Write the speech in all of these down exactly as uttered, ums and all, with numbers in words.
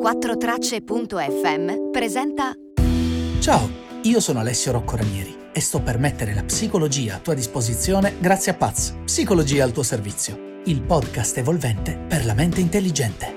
quattro tracce punto effe emme presenta. Ciao, io sono Alessio Rocco Ranieri e sto per mettere la psicologia a tua disposizione grazie a Paz, Psicologia al tuo servizio, il podcast evolvente per la mente intelligente.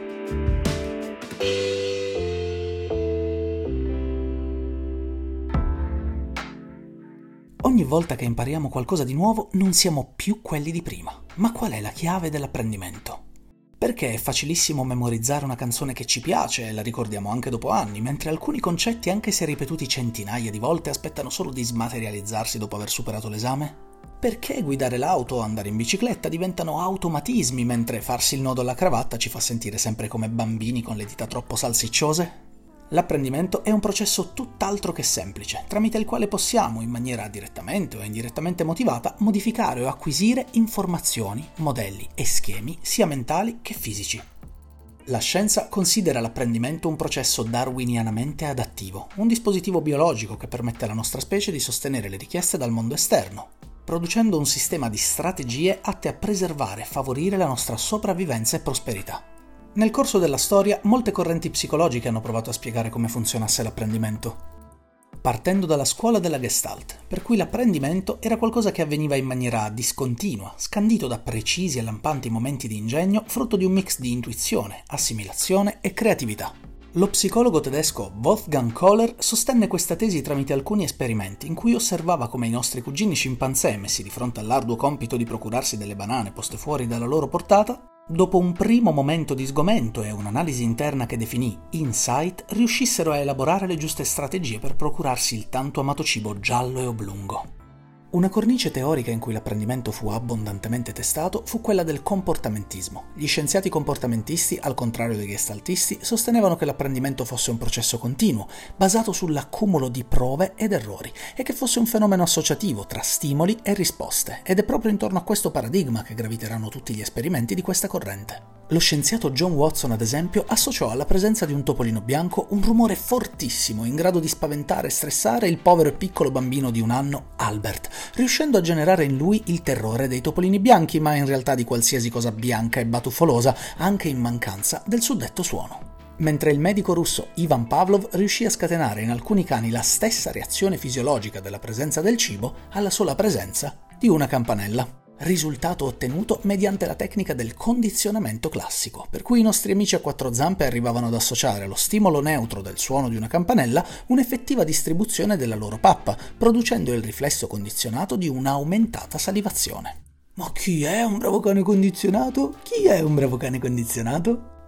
Ogni volta che impariamo qualcosa di nuovo non siamo più quelli di prima. Ma qual è la chiave dell'apprendimento? Perché è facilissimo memorizzare una canzone che ci piace e la ricordiamo anche dopo anni, mentre alcuni concetti, anche se ripetuti centinaia di volte, aspettano solo di smaterializzarsi dopo aver superato l'esame? Perché guidare l'auto o andare in bicicletta diventano automatismi, mentre farsi il nodo alla cravatta ci fa sentire sempre come bambini con le dita troppo salsicciose? L'apprendimento è un processo tutt'altro che semplice, tramite il quale possiamo, in maniera direttamente o indirettamente motivata, modificare o acquisire informazioni, modelli e schemi, sia mentali che fisici. La scienza considera l'apprendimento un processo darwinianamente adattivo, un dispositivo biologico che permette alla nostra specie di sostenere le richieste dal mondo esterno, producendo un sistema di strategie atte a preservare e favorire la nostra sopravvivenza e prosperità. Nel corso della storia, molte correnti psicologiche hanno provato a spiegare come funzionasse l'apprendimento, partendo dalla scuola della Gestalt, per cui l'apprendimento era qualcosa che avveniva in maniera discontinua, scandito da precisi e lampanti momenti di ingegno, frutto di un mix di intuizione, assimilazione e creatività. Lo psicologo tedesco Wolfgang Kohler sostenne questa tesi tramite alcuni esperimenti in cui osservava come i nostri cugini scimpanzé, messi di fronte all'arduo compito di procurarsi delle banane poste fuori dalla loro portata, dopo un primo momento di sgomento e un'analisi interna che definì insight, riuscissero a elaborare le giuste strategie per procurarsi il tanto amato cibo giallo e oblungo. Una cornice teorica in cui l'apprendimento fu abbondantemente testato fu quella del comportamentismo. Gli scienziati comportamentisti, al contrario dei gestaltisti, sostenevano che l'apprendimento fosse un processo continuo, basato sull'accumulo di prove ed errori, e che fosse un fenomeno associativo tra stimoli e risposte, ed è proprio intorno a questo paradigma che graviteranno tutti gli esperimenti di questa corrente. Lo scienziato John Watson, ad esempio, associò alla presenza di un topolino bianco un rumore fortissimo in grado di spaventare e stressare il povero e piccolo bambino di un anno, Albert, riuscendo a generare in lui il terrore dei topolini bianchi, ma in realtà di qualsiasi cosa bianca e batuffolosa, anche in mancanza del suddetto suono. Mentre il medico russo Ivan Pavlov riuscì a scatenare in alcuni cani la stessa reazione fisiologica della presenza del cibo alla sola presenza di una campanella. Risultato ottenuto mediante la tecnica del condizionamento classico, per cui i nostri amici a quattro zampe arrivavano ad associare allo stimolo neutro del suono di una campanella un'effettiva distribuzione della loro pappa, producendo il riflesso condizionato di un'aumentata salivazione. Ma chi è un bravo cane condizionato? Chi è un bravo cane condizionato?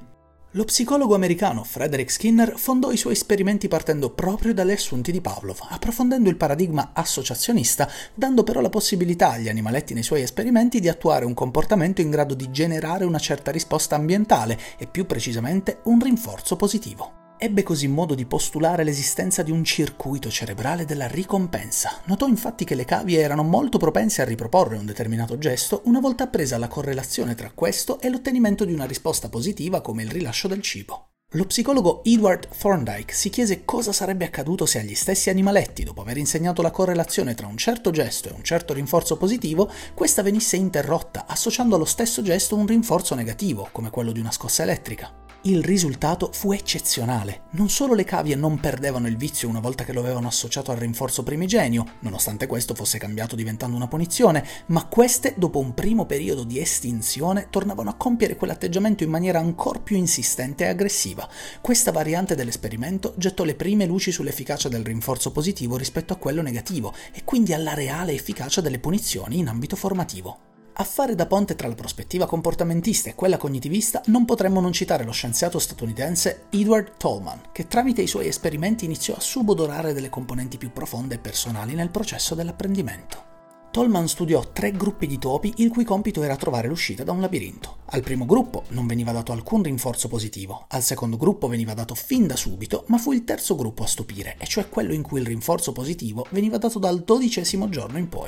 Lo psicologo americano Frederick Skinner fondò i suoi esperimenti partendo proprio dalle assunti di Pavlov, approfondendo il paradigma associazionista, dando però la possibilità agli animaletti nei suoi esperimenti di attuare un comportamento in grado di generare una certa risposta ambientale e più precisamente un rinforzo positivo. Ebbe così modo di postulare l'esistenza di un circuito cerebrale della ricompensa. Notò infatti che le cavie erano molto propense a riproporre un determinato gesto una volta appresa la correlazione tra questo e l'ottenimento di una risposta positiva come il rilascio del cibo. Lo psicologo Edward Thorndike si chiese cosa sarebbe accaduto se agli stessi animaletti, dopo aver insegnato la correlazione tra un certo gesto e un certo rinforzo positivo, questa venisse interrotta, associando allo stesso gesto un rinforzo negativo, come quello di una scossa elettrica. Il risultato fu eccezionale. Non solo le cavie non perdevano il vizio una volta che lo avevano associato al rinforzo primigenio, nonostante questo fosse cambiato diventando una punizione, ma queste, dopo un primo periodo di estinzione, tornavano a compiere quell'atteggiamento in maniera ancora più insistente e aggressiva. Questa variante dell'esperimento gettò le prime luci sull'efficacia del rinforzo positivo rispetto a quello negativo e quindi alla reale efficacia delle punizioni in ambito formativo. A fare da ponte tra la prospettiva comportamentista e quella cognitivista non potremmo non citare lo scienziato statunitense Edward Tolman, che tramite i suoi esperimenti iniziò a subodorare delle componenti più profonde e personali nel processo dell'apprendimento. Tolman studiò tre gruppi di topi il cui compito era trovare l'uscita da un labirinto. Al primo gruppo non veniva dato alcun rinforzo positivo, al secondo gruppo veniva dato fin da subito, ma fu il terzo gruppo a stupire, e cioè quello in cui il rinforzo positivo veniva dato dal dodicesimo giorno in poi.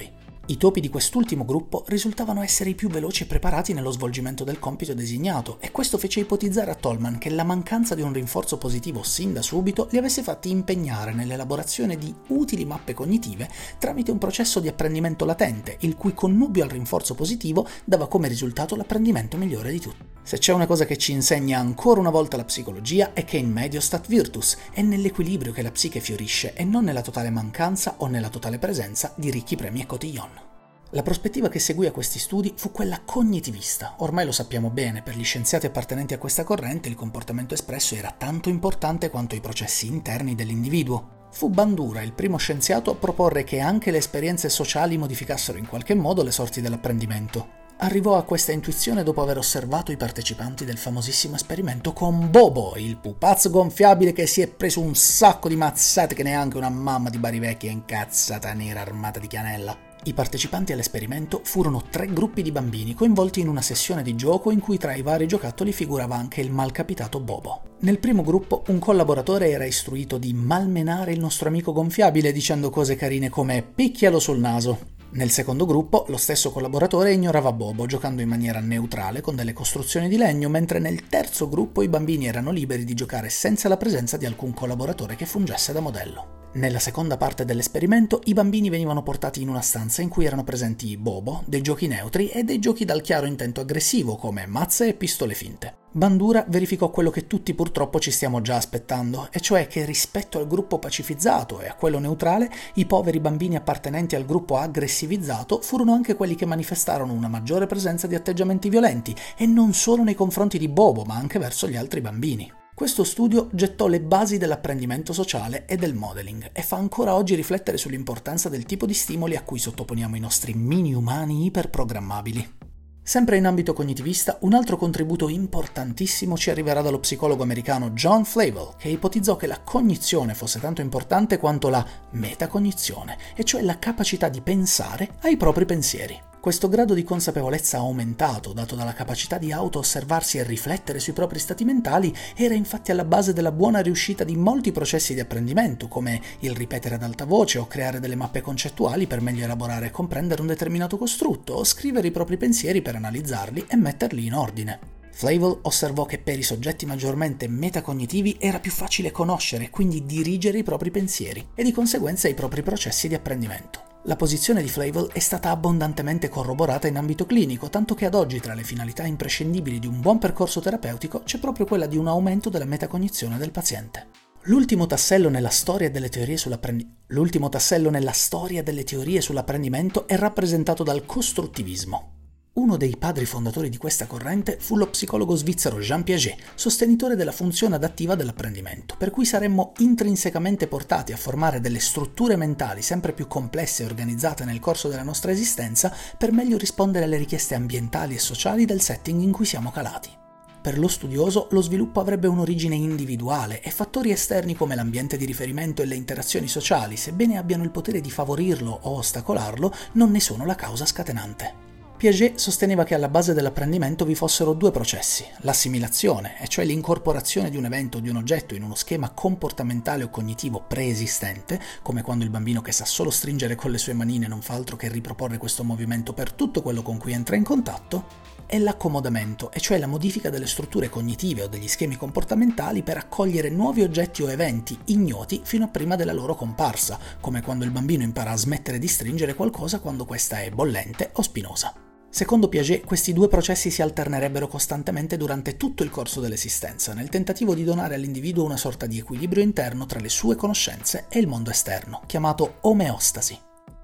I topi di quest'ultimo gruppo risultavano essere i più veloci e preparati nello svolgimento del compito designato, e questo fece ipotizzare a Tolman che la mancanza di un rinforzo positivo sin da subito li avesse fatti impegnare nell'elaborazione di utili mappe cognitive tramite un processo di apprendimento latente, il cui connubio al rinforzo positivo dava come risultato l'apprendimento migliore di tutti. Se c'è una cosa che ci insegna ancora una volta la psicologia è che in medio stat virtus, è nell'equilibrio che la psiche fiorisce e non nella totale mancanza o nella totale presenza di ricchi premi e cotillon. La prospettiva che seguì a questi studi fu quella cognitivista. Ormai lo sappiamo bene, per gli scienziati appartenenti a questa corrente il comportamento espresso era tanto importante quanto i processi interni dell'individuo. Fu Bandura il primo scienziato a proporre che anche le esperienze sociali modificassero in qualche modo le sorti dell'apprendimento. Arrivò a questa intuizione dopo aver osservato i partecipanti del famosissimo esperimento con Bobo, il pupazzo gonfiabile che si è preso un sacco di mazzate che neanche una mamma di Bari Vecchia incazzata nera armata di chianella. I partecipanti all'esperimento furono tre gruppi di bambini coinvolti in una sessione di gioco in cui tra i vari giocattoli figurava anche il malcapitato Bobo. Nel primo gruppo un collaboratore era istruito di malmenare il nostro amico gonfiabile dicendo cose carine come «picchialo sul naso». Nel secondo gruppo lo stesso collaboratore ignorava Bobo giocando in maniera neutrale con delle costruzioni di legno, mentre nel terzo gruppo i bambini erano liberi di giocare senza la presenza di alcun collaboratore che fungesse da modello. Nella seconda parte dell'esperimento i bambini venivano portati in una stanza in cui erano presenti Bobo, dei giochi neutri e dei giochi dal chiaro intento aggressivo come mazze e pistole finte. Bandura verificò quello che tutti purtroppo ci stiamo già aspettando, e cioè che rispetto al gruppo pacifizzato e a quello neutrale, i poveri bambini appartenenti al gruppo aggressivizzato furono anche quelli che manifestarono una maggiore presenza di atteggiamenti violenti, e non solo nei confronti di Bobo, ma anche verso gli altri bambini. Questo studio gettò le basi dell'apprendimento sociale e del modeling e fa ancora oggi riflettere sull'importanza del tipo di stimoli a cui sottoponiamo i nostri mini umani iperprogrammabili. Sempre in ambito cognitivista, un altro contributo importantissimo ci arriverà dallo psicologo americano John Flavel, che ipotizzò che la cognizione fosse tanto importante quanto la metacognizione, e cioè la capacità di pensare ai propri pensieri. Questo grado di consapevolezza aumentato, dato dalla capacità di auto-osservarsi e riflettere sui propri stati mentali, era infatti alla base della buona riuscita di molti processi di apprendimento, come il ripetere ad alta voce o creare delle mappe concettuali per meglio elaborare e comprendere un determinato costrutto, o scrivere i propri pensieri per analizzarli e metterli in ordine. Flavel osservò che per i soggetti maggiormente metacognitivi era più facile conoscere e quindi dirigere i propri pensieri e di conseguenza i propri processi di apprendimento. La posizione di Flavel è stata abbondantemente corroborata in ambito clinico, tanto che ad oggi tra le finalità imprescindibili di un buon percorso terapeutico c'è proprio quella di un aumento della metacognizione del paziente. L'ultimo tassello nella storia delle teorie sull'apprendi- L'ultimo tassello nella storia delle teorie sull'apprendimento è rappresentato dal costruttivismo. Uno dei padri fondatori di questa corrente fu lo psicologo svizzero Jean Piaget, sostenitore della funzione adattiva dell'apprendimento, per cui saremmo intrinsecamente portati a formare delle strutture mentali sempre più complesse e organizzate nel corso della nostra esistenza per meglio rispondere alle richieste ambientali e sociali del setting in cui siamo calati. Per lo studioso, lo sviluppo avrebbe un'origine individuale e fattori esterni come l'ambiente di riferimento e le interazioni sociali, sebbene abbiano il potere di favorirlo o ostacolarlo, non ne sono la causa scatenante. Piaget sosteneva che alla base dell'apprendimento vi fossero due processi: l'assimilazione, e cioè l'incorporazione di un evento o di un oggetto in uno schema comportamentale o cognitivo preesistente, come quando il bambino che sa solo stringere con le sue manine non fa altro che riproporre questo movimento per tutto quello con cui entra in contatto, e l'accomodamento, e cioè la modifica delle strutture cognitive o degli schemi comportamentali per accogliere nuovi oggetti o eventi ignoti fino a prima della loro comparsa, come quando il bambino impara a smettere di stringere qualcosa quando questa è bollente o spinosa. Secondo Piaget, questi due processi si alternerebbero costantemente durante tutto il corso dell'esistenza, nel tentativo di donare all'individuo una sorta di equilibrio interno tra le sue conoscenze e il mondo esterno, chiamato omeostasi.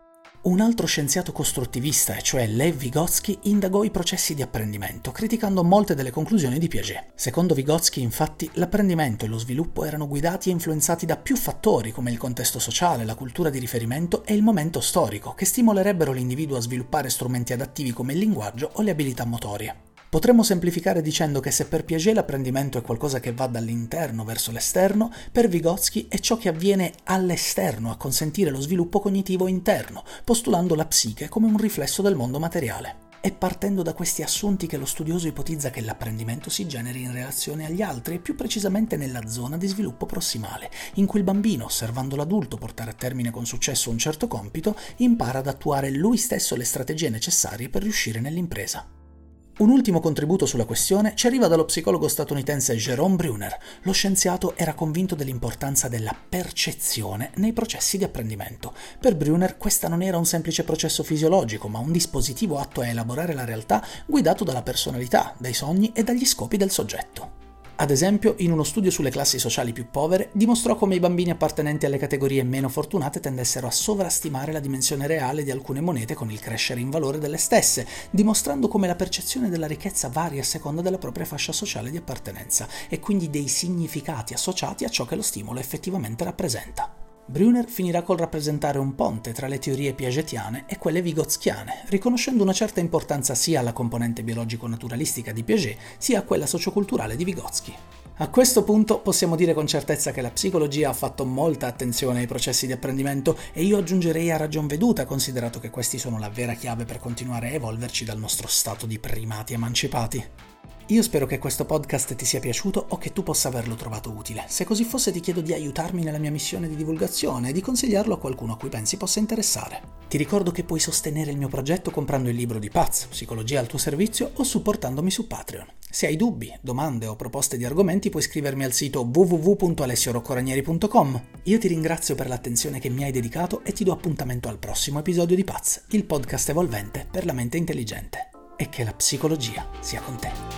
Un altro scienziato costruttivista, e cioè Lev Vygotsky, indagò i processi di apprendimento, criticando molte delle conclusioni di Piaget. Secondo Vygotsky, infatti, l'apprendimento e lo sviluppo erano guidati e influenzati da più fattori come il contesto sociale, la cultura di riferimento e il momento storico, che stimolerebbero l'individuo a sviluppare strumenti adattivi come il linguaggio o le abilità motorie. Potremmo semplificare dicendo che se per Piaget l'apprendimento è qualcosa che va dall'interno verso l'esterno, per Vygotsky è ciò che avviene all'esterno a consentire lo sviluppo cognitivo interno, postulando la psiche come un riflesso del mondo materiale. È partendo da questi assunti che lo studioso ipotizza che l'apprendimento si generi in relazione agli altri e più precisamente nella zona di sviluppo prossimale, in cui il bambino, osservando l'adulto portare a termine con successo un certo compito, impara ad attuare lui stesso le strategie necessarie per riuscire nell'impresa. Un ultimo contributo sulla questione ci arriva dallo psicologo statunitense Jerome Bruner. Lo scienziato era convinto dell'importanza della percezione nei processi di apprendimento. Per Bruner questa non era un semplice processo fisiologico, ma un dispositivo atto a elaborare la realtà guidato dalla personalità, dai sogni e dagli scopi del soggetto. Ad esempio, in uno studio sulle classi sociali più povere, dimostrò come i bambini appartenenti alle categorie meno fortunate tendessero a sovrastimare la dimensione reale di alcune monete con il crescere in valore delle stesse, dimostrando come la percezione della ricchezza varia a seconda della propria fascia sociale di appartenenza e quindi dei significati associati a ciò che lo stimolo effettivamente rappresenta. Bruner finirà col rappresentare un ponte tra le teorie piagetiane e quelle vygotskiane, riconoscendo una certa importanza sia alla componente biologico-naturalistica di Piaget, sia a quella socioculturale di Vygotsky. A questo punto possiamo dire con certezza che la psicologia ha fatto molta attenzione ai processi di apprendimento e io aggiungerei a ragion veduta, considerato che questi sono la vera chiave per continuare a evolverci dal nostro stato di primati emancipati. Io spero che questo podcast ti sia piaciuto o che tu possa averlo trovato utile. Se così fosse ti chiedo di aiutarmi nella mia missione di divulgazione e di consigliarlo a qualcuno a cui pensi possa interessare. Ti ricordo che puoi sostenere il mio progetto comprando il libro di Paz, Psicologia al tuo servizio, o supportandomi su Patreon. Se hai dubbi, domande o proposte di argomenti puoi scrivermi al sito w w w punto alessio rocco ranieri punto com. Io ti ringrazio per l'attenzione che mi hai dedicato e ti do appuntamento al prossimo episodio di Paz, il podcast evolvente per la mente intelligente. E che la psicologia sia con te.